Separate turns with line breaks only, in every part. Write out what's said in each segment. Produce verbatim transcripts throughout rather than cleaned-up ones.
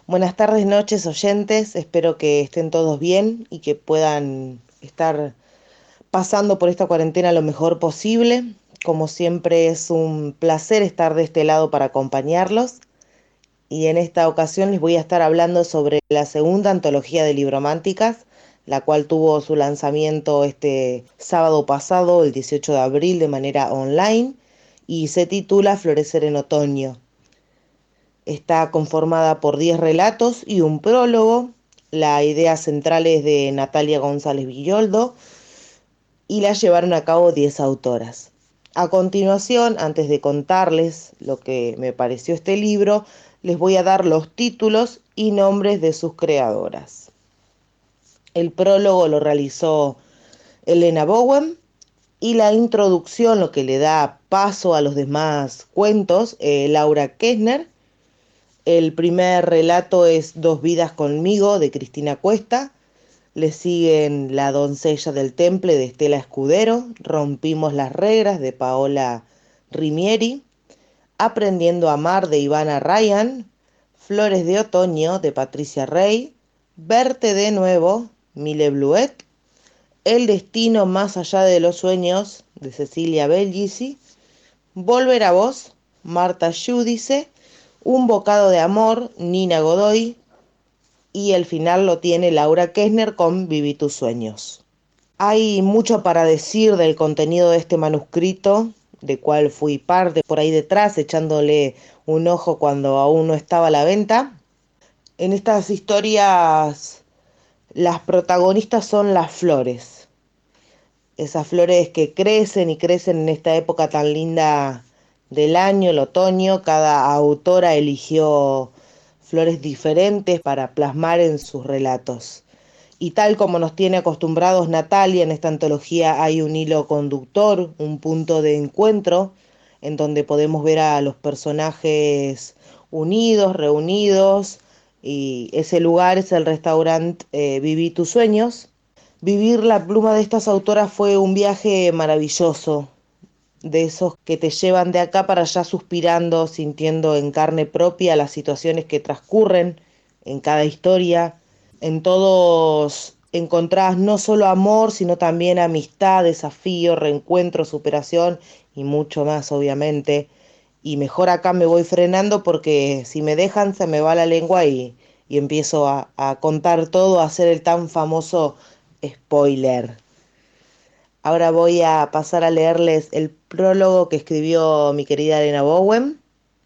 Buenas tardes, noches, oyentes. Espero que estén todos bien y que puedan estar pasando por esta cuarentena lo mejor posible. Como siempre es un placer estar de este lado para acompañarlos. Y en esta ocasión les voy a estar hablando sobre la segunda antología de librománticas, la cual tuvo su lanzamiento este sábado pasado, el dieciocho de abril, de manera online, y se titula Florecer en Otoño. Está conformada por diez relatos y un prólogo. La idea central es de Natalia González Villoldo y la llevaron a cabo diez autoras. A continuación, antes de contarles lo que me pareció este libro, les voy a dar los títulos y nombres de sus creadoras. El prólogo lo realizó Elena Bowen y la introducción, lo que le da paso a los demás cuentos, eh, Laura Kessner. El primer relato es Dos vidas conmigo, de Cristina Cuesta. Le siguen La doncella del temple, de Estela Escudero. Rompimos las reglas, de Paola Rimieri. Aprendiendo a amar, de Ivana Ryan. Flores de otoño, de Patricia Rey. Verte de nuevo, Mile Bluet. El destino más allá de los sueños, de Cecilia Belgisi. Volver a vos, Marta Giudice. Un bocado de amor, Nina Godoy. Y el final lo tiene Laura Kessner con Viví tus sueños. Hay mucho para decir del contenido de este manuscrito, de cual fui parte por ahí detrás, echándole un ojo cuando aún no estaba a la venta. En estas historias, las protagonistas son las flores. Esas flores que crecen y crecen en esta época tan linda del año, el otoño. Cada autora eligió flores diferentes para plasmar en sus relatos. Y tal como nos tiene acostumbrados Natalia, en esta antología hay un hilo conductor, un punto de encuentro, en donde podemos ver a los personajes unidos, reunidos, y ese lugar es el restaurante eh, Viví tus sueños. Vivir la pluma de estas autoras fue un viaje maravilloso, de esos que te llevan de acá para allá suspirando, sintiendo en carne propia las situaciones que transcurren en cada historia. En todos encontrás no solo amor, sino también amistad, desafío, reencuentro, superación y mucho más, obviamente. Y mejor acá me voy frenando porque si me dejan se me va la lengua y, y empiezo a, a contar todo, a hacer el tan famoso spoiler. Ahora voy a pasar a leerles el prólogo que escribió mi querida Elena Bowen,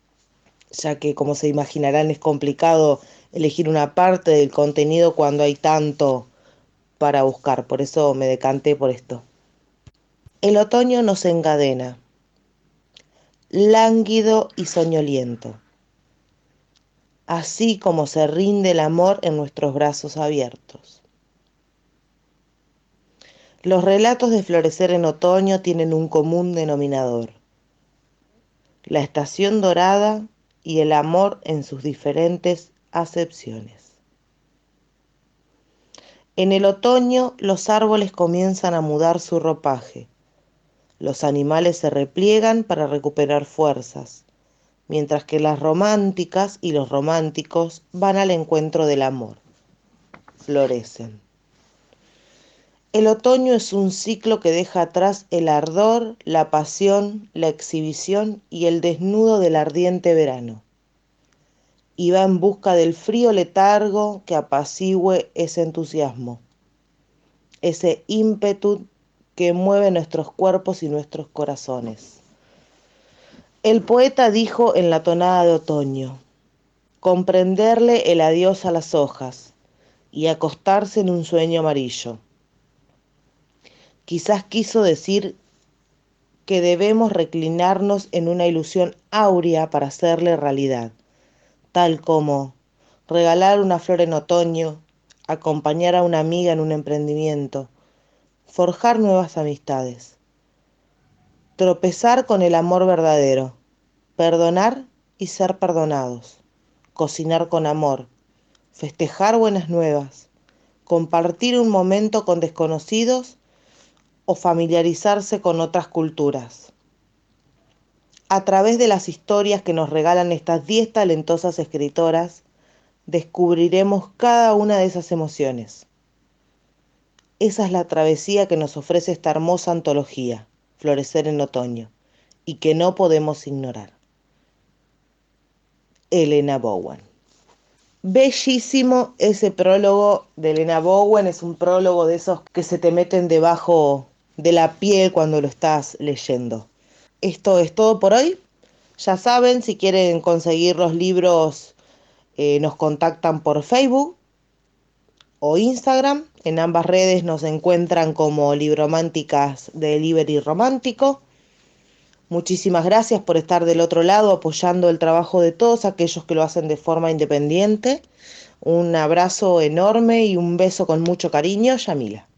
ya que como se imaginarán es complicado elegir una parte del contenido cuando hay tanto para buscar, por eso me decanté por esto. El otoño nos encadena, lánguido y soñoliento, así como se rinde el amor en nuestros brazos abiertos. Los relatos de florecer en otoño tienen un común denominador: la estación dorada y el amor en sus diferentes acepciones. En el otoño los árboles comienzan a mudar su ropaje, los animales se repliegan para recuperar fuerzas, mientras que las románticas y los románticos van al encuentro del amor, florecen. El otoño es un ciclo que deja atrás el ardor, la pasión, la exhibición y el desnudo del ardiente verano, y va en busca del frío letargo que apacigüe ese entusiasmo, ese ímpetu que mueve nuestros cuerpos y nuestros corazones. El poeta dijo en la tonada de otoño: comprenderle el adiós a las hojas y acostarse en un sueño amarillo. Quizás quiso decir que debemos reclinarnos en una ilusión áurea para hacerle realidad, tal como regalar una flor en otoño, acompañar a una amiga en un emprendimiento, forjar nuevas amistades, tropezar con el amor verdadero, perdonar y ser perdonados, cocinar con amor, festejar buenas nuevas, compartir un momento con desconocidos o familiarizarse con otras culturas. A través de las historias que nos regalan estas diez talentosas escritoras, descubriremos cada una de esas emociones. Esa es la travesía que nos ofrece esta hermosa antología, Florecer en Otoño, y que no podemos ignorar. Helena Bowen. Bellísimo ese prólogo de Helena Bowen, es un prólogo de esos que se te meten debajo de la piel cuando lo estás leyendo. Esto es todo por hoy. Ya saben, si quieren conseguir los libros, eh, nos contactan por Facebook o Instagram. En ambas redes nos encuentran como Librománticas Delivery Romántico. Muchísimas gracias por estar del otro lado apoyando el trabajo de todos aquellos que lo hacen de forma independiente. Un abrazo enorme y un beso con mucho cariño, Yamila.